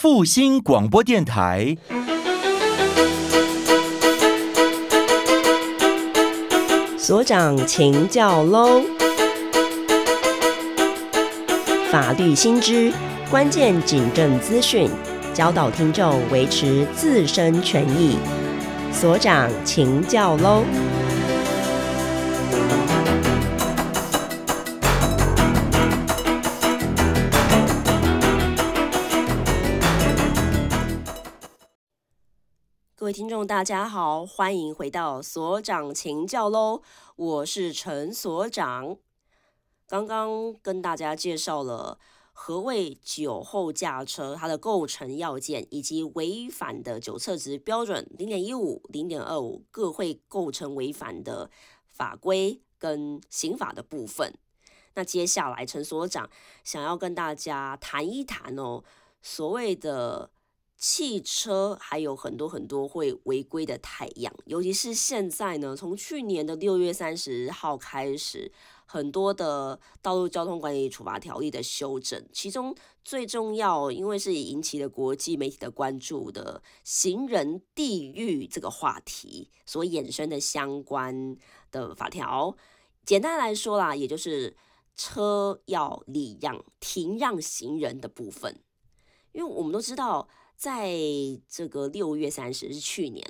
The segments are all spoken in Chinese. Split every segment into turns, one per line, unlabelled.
复兴广播电台。
所长请教喽！法律新知，关键警政资讯，教导听众维持自身权益。所长请教喽！各位听众大家好，欢迎回到所长请教喽，我是陈所长。刚刚跟大家介绍了何谓酒后驾车，它的构成要件以及违反的酒测值标准 0.15、0.25 各会构成违反的法规跟刑法的部分。那接下来陈所长想要跟大家谈一谈所谓的汽车还有很多会违规的态样，尤其是现在呢，从去年的6月30号开始，很多的道路交通管理处罚条例的修正，其中最重要，因为是引起了国际媒体的关注的行人地狱这个话题所衍生的相关的法条，简单来说啦，也就是车要礼让、停让行人的部分。因为我们都知道，在这个6月30日是去年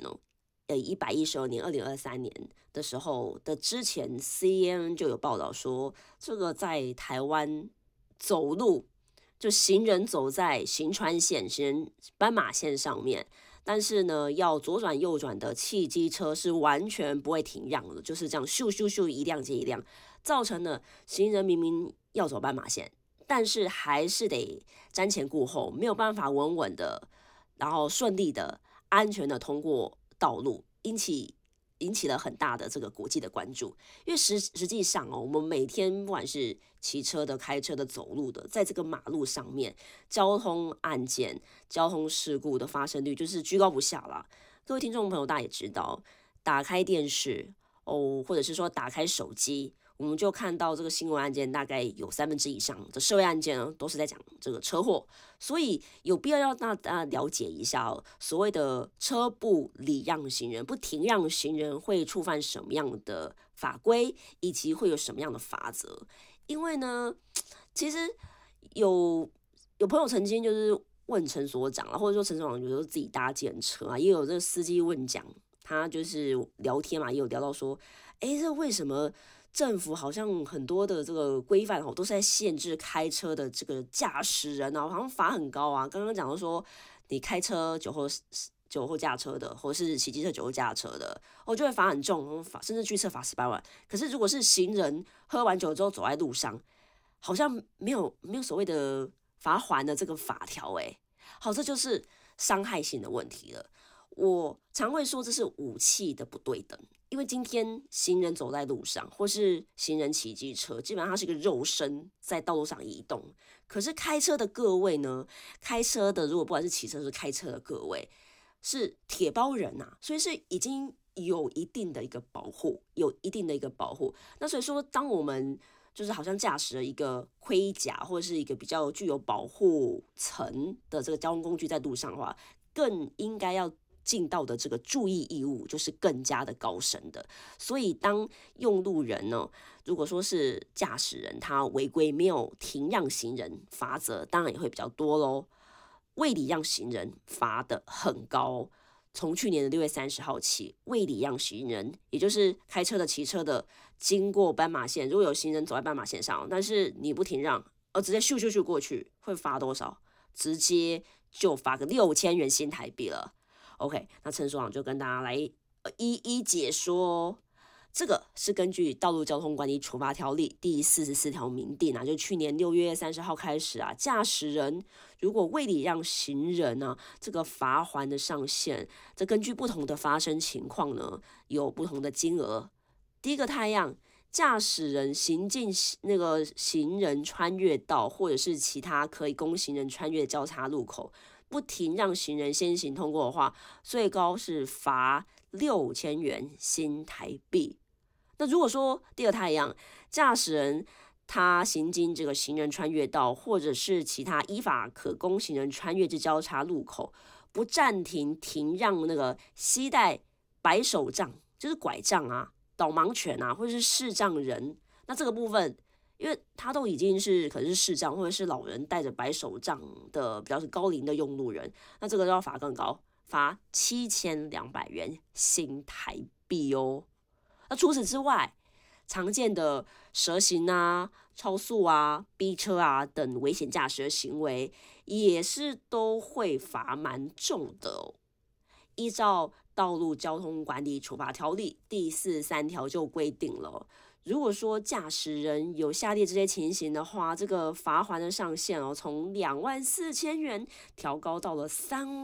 112年2023年的时候的之前 CNN 就有报道说，这个在台湾走路就行人走在行穿线、行人斑马线上面，但是呢要左转右转的汽机车是完全不会停让的，就是这样咻咻咻一辆接一辆，造成了行人明明要走斑马线，但是还是得瞻前顾后，没有办法稳稳的，然后顺利的、安全的通过道路，引起了很大的这个国际的关注。因为实际上我们每天不管是骑车的、开车的、走路的，在这个马路上面，交通案件、交通事故的发生率就是居高不下啦。各位听众朋友，大家也知道，打开电视或者是说打开手机，我们就看到这个新闻案件，大概有1/3以上的社会案件都是在讲这个车祸，所以有必要让大家了解一下所谓的车不礼让行人、不停让行人会触犯什么样的法规，以及会有什么样的罚则。因为呢，其实有朋友曾经就是问陈所长或者说陈所长有时候自己搭计程车啊，也有这个司机问讲，他就是聊天嘛，也有聊到说，这为什么政府好像很多的这个规范都是在限制开车的这个驾驶人好像罚很高啊。刚刚讲到说，你开车酒后驾车的，或是骑机车酒后驾车的，就会罚很重，甚至拒车罚18万。可是如果是行人喝完酒之后走在路上，好像没有所谓的罚锾的这个法条好，这就是伤害性的问题了。我常会说这是武器的不对等，因为今天行人走在路上，或是行人骑机车，基本上它是一个肉身在道路上移动。可是开车的各位呢，开车的如果不管是骑车是开车的各位，是铁包人啊，所以是已经有一定的一个保护，那所以说，当我们就是好像驾驶了一个盔甲或者是一个比较具有保护层的这个交通工具在路上的话，更应该要尽到的这个注意义务就是更加的高深的。所以当用路人如果说是驾驶人他违规没有停让行人，罚则当然也会比较多咯。未礼让行人罚的很高，从去年的6月30号起，未礼让行人，也就是开车的、骑车的，经过斑马线，如果有行人走在斑马线上，但是你不停让，直接咻咻咻过去，会罚多少？直接就罚个6000元新台币了。OK， 那陈所长就跟大家来一一解说。这个是根据《道路交通管理处罚条例》第44条明定就去年6月30号开始驾驶人如果未礼让行人这个罚锾的上限，这根据不同的发生情况呢，有不同的金额。第一个态样，驾驶人行进那个行人穿越道或者是其他可以供行人穿越的交叉路口，不停让行人先行通过的话，最高是罚6000元新台币。那如果说第二态样，驾驶人他行经这个行人穿越道，或者是其他依法可供行人穿越之交叉路口，不暂停停让那个携带白手杖，就是拐杖啊、导盲犬啊，或者是视障人，那这个部分，因为他都已经是可能是视障或者是老人带着白手杖的比较是高龄的用路人，那这个要罚更高，罚7200元新台币哦。那除此之外，常见的蛇行啊、超速啊、逼车啊等危险驾驶的行为，也是都会罚蛮重的哦。依照道路交通管理处罚条例第43条就规定了，如果说驾驶人有下列这些情形的话，这个罚锾的上限从24000元调高到了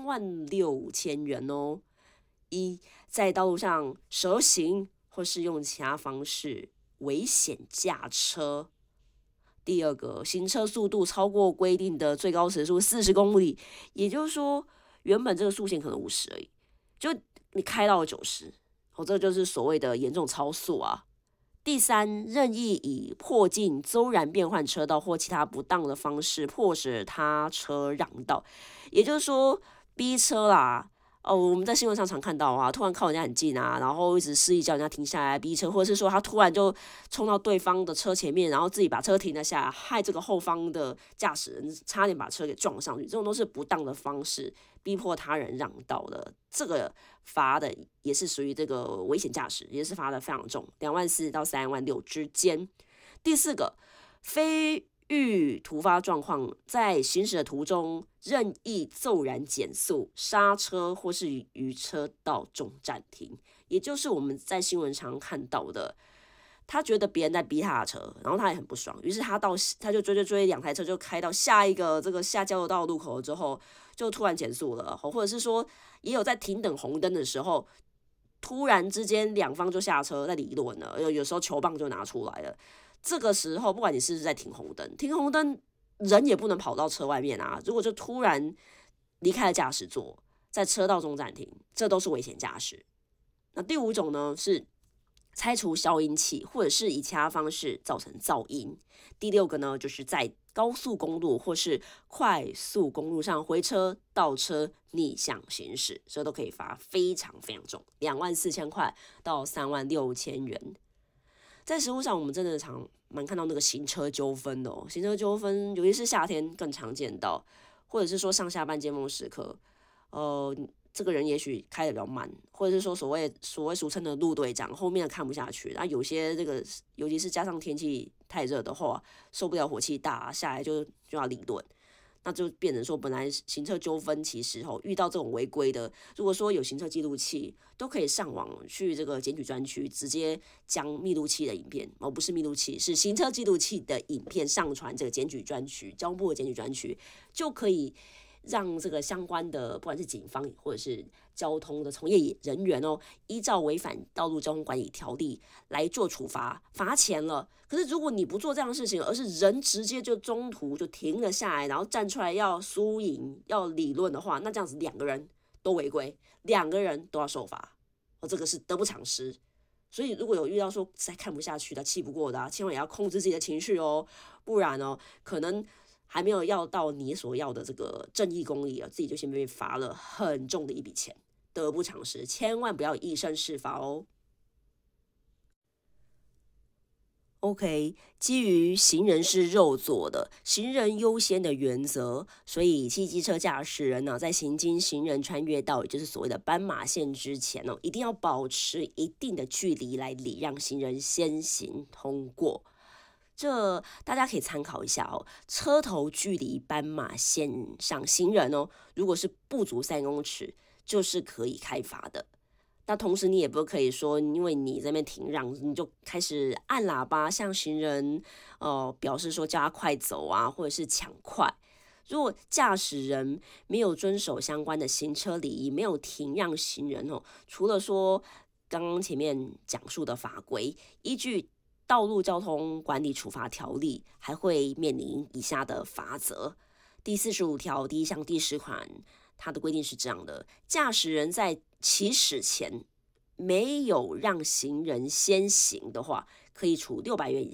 36000元哦。一，在道路上蛇行或是用其他方式危险驾车。第二个，行车速度超过规定的最高时速40公里，也就是说，原本这个速限可能50而已，就你开到了90，这就是所谓的严重超速啊。第三，任意以迫近、骤然变换车道或其他不当的方式迫使他车让道，也就是说，逼车啦。我们在新闻上常看到啊，突然靠人家很近啊，然后一直示意叫人家停下来逼车，或者是说他突然就冲到对方的车前面，然后自己把车停了下来，害这个后方的驾驶人差点把车给撞上去，这种都是不当的方式逼迫他人让道的，这个罚的也是属于这个危险驾驶，也是罚的非常重，24000到36000之间。第四个，非遇突发状况，在行驶的途中任意骤然减速、刹车或是于车道中暂停，也就是我们在新闻常看到的，他觉得别人在逼他的车，然后他也很不爽，于是他就追两台车，就开到下一个这个下交流道路口之后，就突然减速了，或者是说也有在停等红灯的时候，突然之间两方就下车在理论了，有时候球棒就拿出来了。这个时候，不管你是不是在停红灯人也不能跑到车外面啊。如果就突然离开了驾驶座，在车道中暂停，这都是危险驾驶。那第五种呢是拆除消音器，或者是以其他方式造成噪音。第六个呢，就是在高速公路或是快速公路上回车、倒车、逆向行驶，这都可以罚非常非常重，24000块到36000元。在实务上，我们真的蛮看到那个行车纠纷的哦。行车纠纷，尤其是夏天更常见到，或者是说上下班尖峰时刻，这个人也许开得比较慢，或者是说所谓俗称的路队长，后面看不下去，那有些这个，尤其是加上天气太热的话，受不了火气大，下来就要理论。那就变成说，本来行车纠纷其实遇到这种违规的，如果说有行车记录器，都可以上网去这个检举专区，直接将密录器的影片，不是密录器，是行车记录器的影片上传这个检举专区，交通部的检举专区，就可以让这个相关的不管是警方或者是交通的从业人员依照违反道路交通管理条例来做处罚，罚钱了。可是如果你不做这样的事情，而是人直接就中途就停了下来，然后站出来要输赢要理论的话，那这样子两个人都违规，两个人都要受罚，这个是得不偿失。所以如果有遇到说实在看不下去的、气不过的千万也要控制自己的情绪不然可能还没有要到你所要的这个正义公理自己就先被罚了很重的一笔钱，得不偿失，千万不要以身试法哦。OK， 基于行人是肉做的，行人优先的原则，所以汽机车驾驶人在行经行人穿越道，也就是所谓的斑马线之前一定要保持一定的距离来礼让行人先行通过。这大家可以参考一下车头距离斑马线上行人如果是不足3公尺，就是可以开罚的。那同时你也不可以说，因为你在那边停让，你就开始按喇叭向行人表示说叫他快走啊，或者是抢快。如果驾驶人没有遵守相关的行车礼仪，没有停让行人除了说刚刚前面讲述的法规，依据道路交通管理处罚条例，还会面临以下的罚则。第45条第1项第10款，它的规定是这样的：驾驶人在起始前没有让行人先行的话，可以处600元以下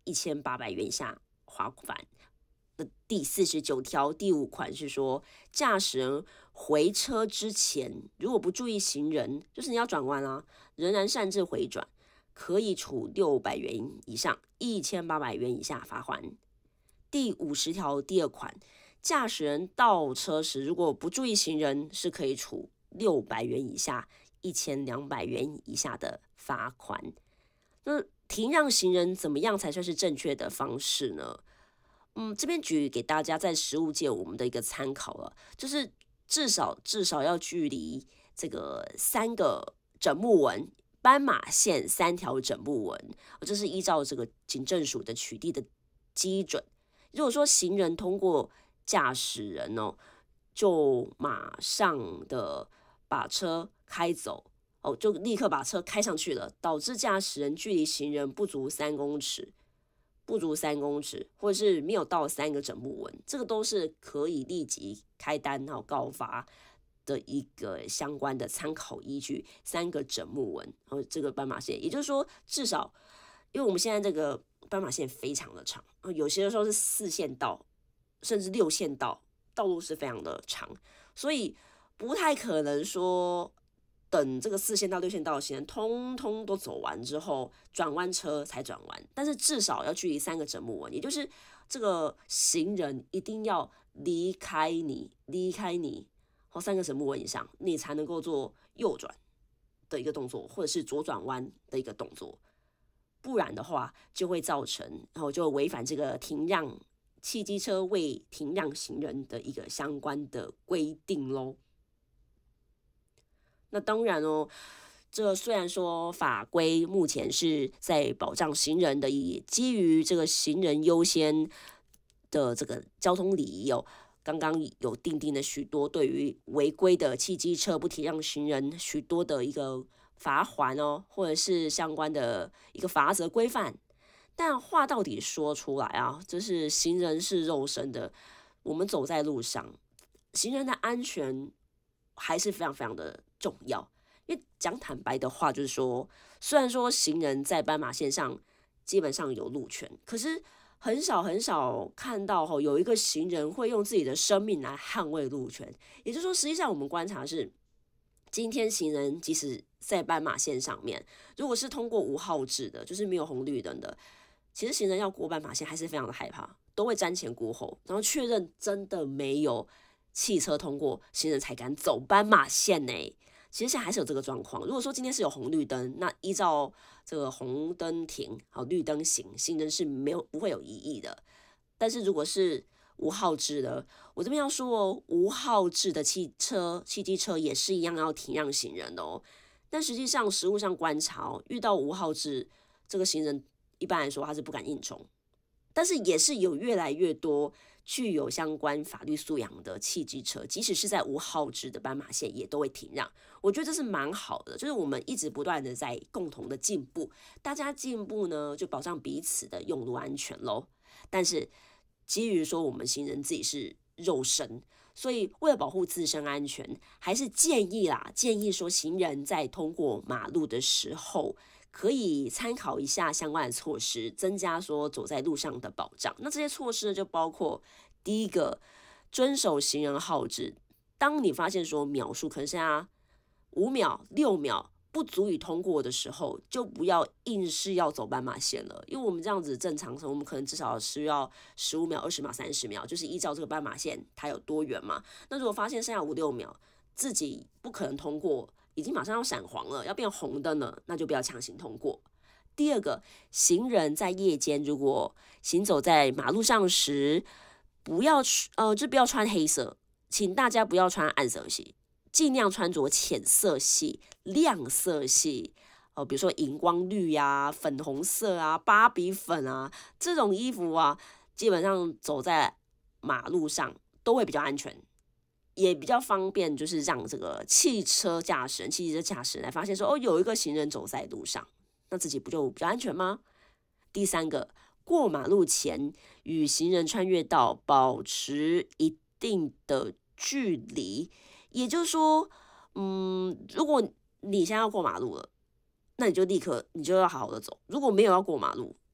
1800元以下罚款。第49条第5款是说，驾驶人回车之前，如果不注意行人，就是你要转弯啊，仍然擅自回转，可以处600元以上1800元以下罚款。第50条第2款，驾驶人倒车时如果不注意行人，是可以处600元以下1200元以下的罚款。那停让行人怎么样才算是正确的方式呢？这边举给大家在实务界我们的一个参考了，就是至少要距离这个3个整木纹，斑马线3条整木纹，这是依照这个警政署的取缔的基准。如果说行人通过驾驶人就马上的把车开走，就立刻把车开上去了，导致驾驶人距离行人不足3公尺，或者是没有到3个整木纹，这个都是可以立即开单告发的一个相关的参考依据。3个整木纹，这个斑马线，也就是说，至少因为我们现在这个斑马线非常的长，有些时候是4线道，甚至6线道，道路是非常的长，所以不太可能说等这个4线道、6线道的行人通通都走完之后，转弯车才转弯。但是至少要距离3个整木纹，也就是这个行人一定要离开你3个整木纹以上，你才能够做右转的一个动作，或者是左转弯的一个动作。不然的话，就会造成，就违反这个停让汽机车未停让行人的一个相关的规定咯。那当然这虽然说法规目前是在保障行人的，以基于这个行人优先的这个交通礼仪刚刚有订定了许多对于违规的汽机车不停让行人许多的一个罚锾或者是相关的一个罚则规范。但话到底说出来就是行人是肉身的，我们走在路上，行人的安全还是非常非常的重要。因为讲坦白的话，就是说，虽然说行人在斑马线上基本上有路权，可是很少看到有一个行人会用自己的生命来捍卫路权。也就是说，实际上我们观察是，今天行人即使在斑马线上面，如果是通过无号志的，就是没有红绿灯的，其实行人要过斑马线还是非常的害怕，都会瞻前顾后，然后确认真的没有汽车通过，行人才敢走斑马线呢。其实现在还是有这个状况。如果说今天是有红绿灯，那依照这个红灯停，绿灯行，行人是不会有异议的。但是如果是无号志的，我这边要说无号志的汽机车也是一样要停让行人的但实际上实务上观察遇到无号志这个行人，一般来说他是不敢硬冲，但是也是有越来越多具有相关法律素养的汽机车，即使是在无号志的斑马线也都会停让。我觉得这是蛮好的，就是我们一直不断的在共同的进步，大家进步呢就保障彼此的用路安全咯。但是基于说我们行人自己是肉身，所以为了保护自身安全，还是建议说行人在通过马路的时候可以参考一下相关的措施，增加说走在路上的保障。那这些措施呢，就包括第一个，遵守行人号志。当你发现说秒数可能剩下5秒、6秒不足以通过的时候，就不要硬是要走斑马线了。因为我们这样子正常，我们可能至少需要15秒、20秒、30秒，就是依照这个斑马线它有多远嘛。那如果发现剩下5、6秒，自己不可能通过，已经马上要闪黄了，要变红灯了，那就不要强行通过。第二个，行人在夜间如果行走在马路上时，不要穿黑色，请大家不要穿暗色系，尽量穿着浅色系、亮色系，比如说荧光绿粉红色芭比粉这种衣服基本上走在马路上都会比较安全。也比较方便，就是让这个汽车驾驶人来发现说，有一个行人走在路上，那自己不就比较安全吗？第三个，过马路前与行人穿越道保持一定的距离，也就是说，如果你现在要过马路了，那你就要好好的走；如果没有要过马路，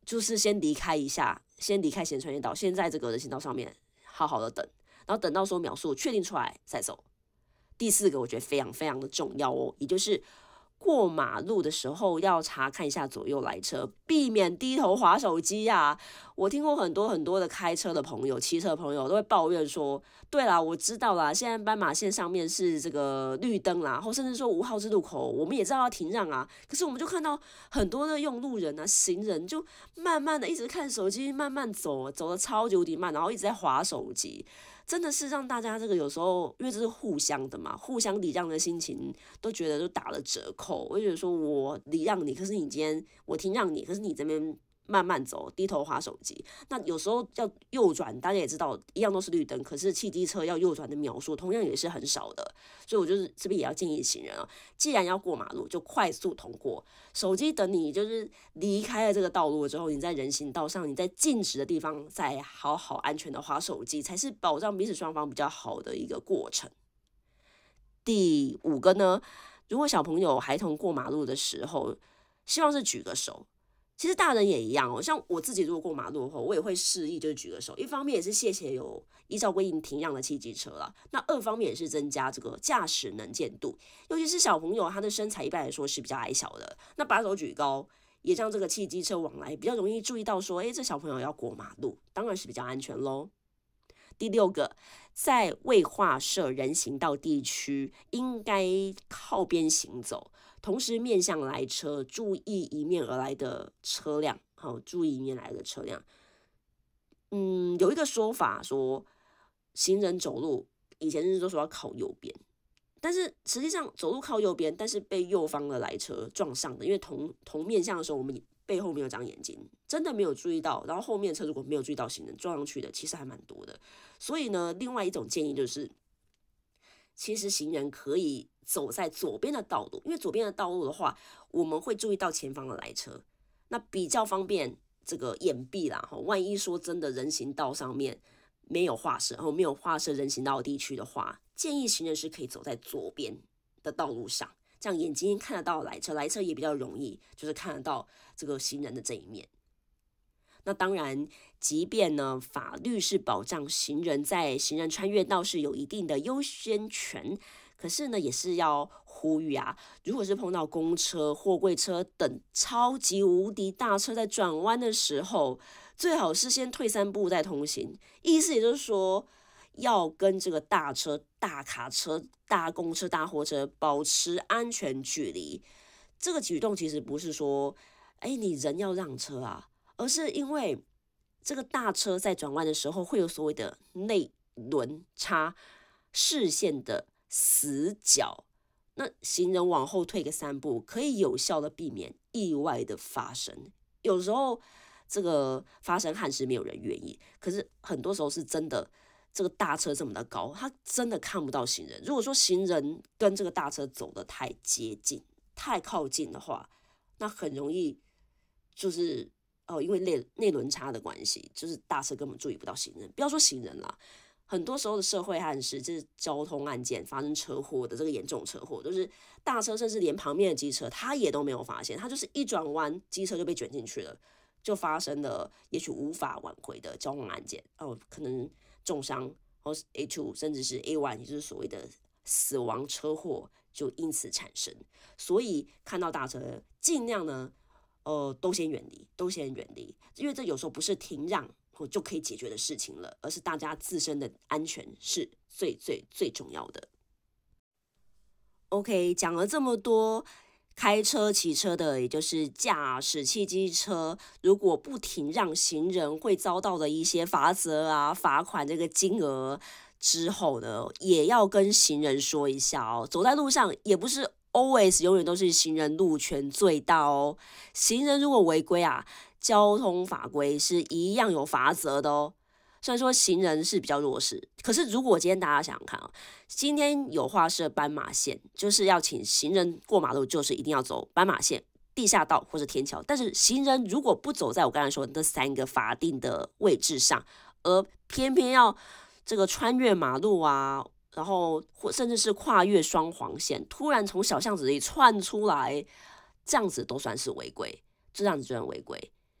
就是先离开一下，先离开行人穿越道，先在这个人行道上面好好的等，然后等到说秒数确定出来再走。第4个我觉得非常非常的重要哦，也就是过马路的时候要查看一下左右来车，避免低头滑手机啊。我听过很多很多的开车的朋友、骑车的朋友都会抱怨说，对啦，我知道啦，现在斑马线上面是这个绿灯啦，或甚至说5号之路口，我们也知道要停让啊，可是我们就看到很多的用路人啊、行人就慢慢的一直看手机，慢慢走，走得超级无敌慢，然后一直在滑手机。真的是让大家这个有时候，因为这是互相的嘛，互相礼让的心情都觉得都打了折扣。我就觉得说我礼让你，可是你今天我停让你，可是你这边慢慢走，低头滑手机。那有时候要右转，大家也知道，一样都是绿灯，可是汽机车要右转的秒数同样也是很少的。所以我就是这边也要建议行人啊，既然要过马路，就快速通过。手机等你就是离开了这个道路之后，你在人行道上，你在静止的地方再好好安全的滑手机，才是保障彼此双方比较好的一个过程。第5个呢，如果小朋友孩童过马路的时候，希望是举个手。其实大人也一样哦，像我自己如果过马路后，我也会示意就是举个手，一方面也是谢谢有依照规定停让的汽机车啦，那2方面也是增加这个驾驶能见度，尤其是小朋友他的身材一般来说是比较矮小的，那把手举高，也让这个汽机车往来比较容易注意到说，这小朋友要过马路，当然是比较安全咯。第6个，在未划设人行道地区，应该靠边行走，同时面向来车，注意迎面而来的车辆。注意迎面来的车辆。有一个说法说，行人走路以前是都说要靠右边，但是实际上走路靠右边，但是被右方的来车撞上的，因为同面向的时候，我们背后没有长眼睛，真的没有注意到，然后后面车如果没有注意到行人撞上去的，其实还蛮多的。所以呢，另外一种建议就是，其实行人可以走在左边的道路，因为左边的道路的话，我们会注意到前方的来车，那比较方便这个掩蔽啦。万一说真的人行道上面没有划设人行道的地区的话，建议行人是可以走在左边的道路上，这样眼睛看得到来车也比较容易，就是看得到这个行人的这一面。那当然，即便呢法律是保障行人在行人穿越道是有一定的优先权，可是呢也是要呼吁啊，如果是碰到公车、货柜车等超级无敌大车在转弯的时候，最好是先退3步再通行。意思也就是说，要跟这个大车、大卡车、大公车、大货车保持安全距离。这个举动其实不是说，你人要让车啊，而是因为这个大车在转弯的时候会有所谓的内轮差视线的死角，那行人往后退个3步，可以有效的避免意外的发生。有时候这个发生憾事没有人愿意，可是很多时候是真的，这个大车这么的高，他真的看不到行人。如果说行人跟这个大车走得太接近、太靠近的话，那很容易就是因为内轮差的关系，就是大车根本注意不到行人。不要说行人啦，很多时候的社会憾事，就是交通案件发生车祸的这个严重车祸，就是大车甚至连旁边的机车他也都没有发现，他就是一转弯，机车就被卷进去了，就发生了也许无法挽回的交通案件，可能重伤，或是 A2 甚至是 A1， 也就是所谓的死亡车祸就因此产生。所以看到大车，尽量呢都先远离，因为这有时候不是停让就可以解决的事情了，而是大家自身的安全是最最最重要的。OK， 讲了这么多开车骑车的，也就是驾驶汽机车，如果不停让行人会遭到的一些罚则啊、罚款这个金额之后呢，也要跟行人说一下哦，走在路上也不是always 永远都是行人路权最大哦。行人如果违规啊，交通法规是一样有罚则的哦。虽然说行人是比较弱势，可是如果今天大家想想看啊，今天有划设斑马线，就是要请行人过马路，就是一定要走斑马线、地下道或者天桥。但是行人如果不走在我刚才说的那3个法定的位置上，而偏偏要这个穿越马路啊，然后甚至是跨越双黄线，突然从小巷子里窜出来，这样子都算是违规，这样子就很违规。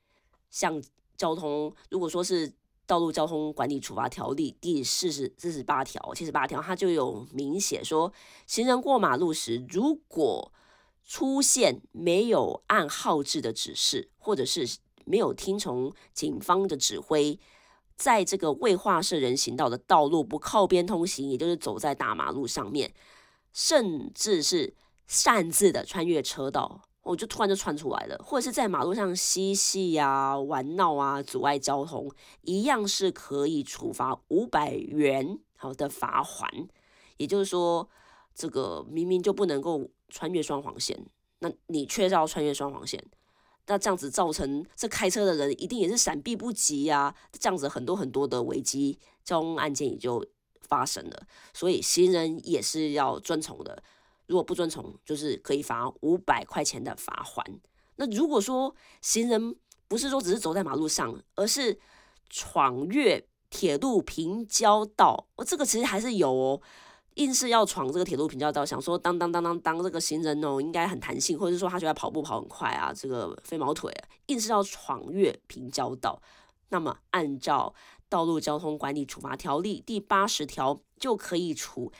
像交通，如果说是道路交通管理处罚条例第48条、78条，它就有明写说，行人过马路时，如果出现没有按号志的指示，或者是没有听从警方的指挥，在这个未划设人行道的道路不靠边通行，也就是走在大马路上面，甚至是擅自的穿越车道，我就突然就窜出来了，或者是在马路上嬉戏啊、玩闹啊、阻碍交通，一样是可以处罚500元的罚锾。也就是说，这个明明就不能够穿越双黄线，那你却要穿越双黄线，那这样子造成这开车的人一定也是闪避不及啊，这样子很多的危机交通案件也就发生了。所以行人也是要遵从的，如果不遵从，就是可以罚500块钱的罚锾。那如果说行人不是说只是走在马路上，而是闯越铁路平交道，这个其实还是有哦。硬是要闯这个铁路平交道，想说当这个行人应该很弹性，或者是说他觉得跑步跑很快啊，这个飞毛腿硬是要闯越平交道，那么按照道路交通管理处罚条例第80条就可以处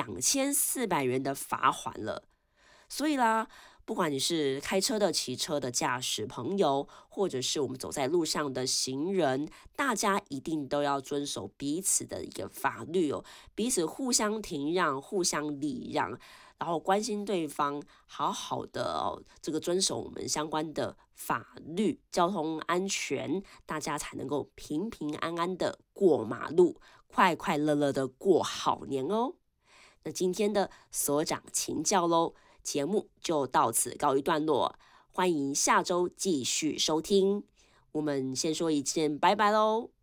2400元的罚锾了。所以啦，不管你是开车的、骑车的驾驶朋友，或者是我们走在路上的行人，大家一定都要遵守彼此的一个法律彼此互相停让、互相礼让，然后关心对方，好好的这个遵守我们相关的法律、交通安全，大家才能够平平安安的过马路，快快乐乐的过好年哦。那今天的所长请教喽，节目就到此告一段落，欢迎下周继续收听。我们先说一件拜拜喽。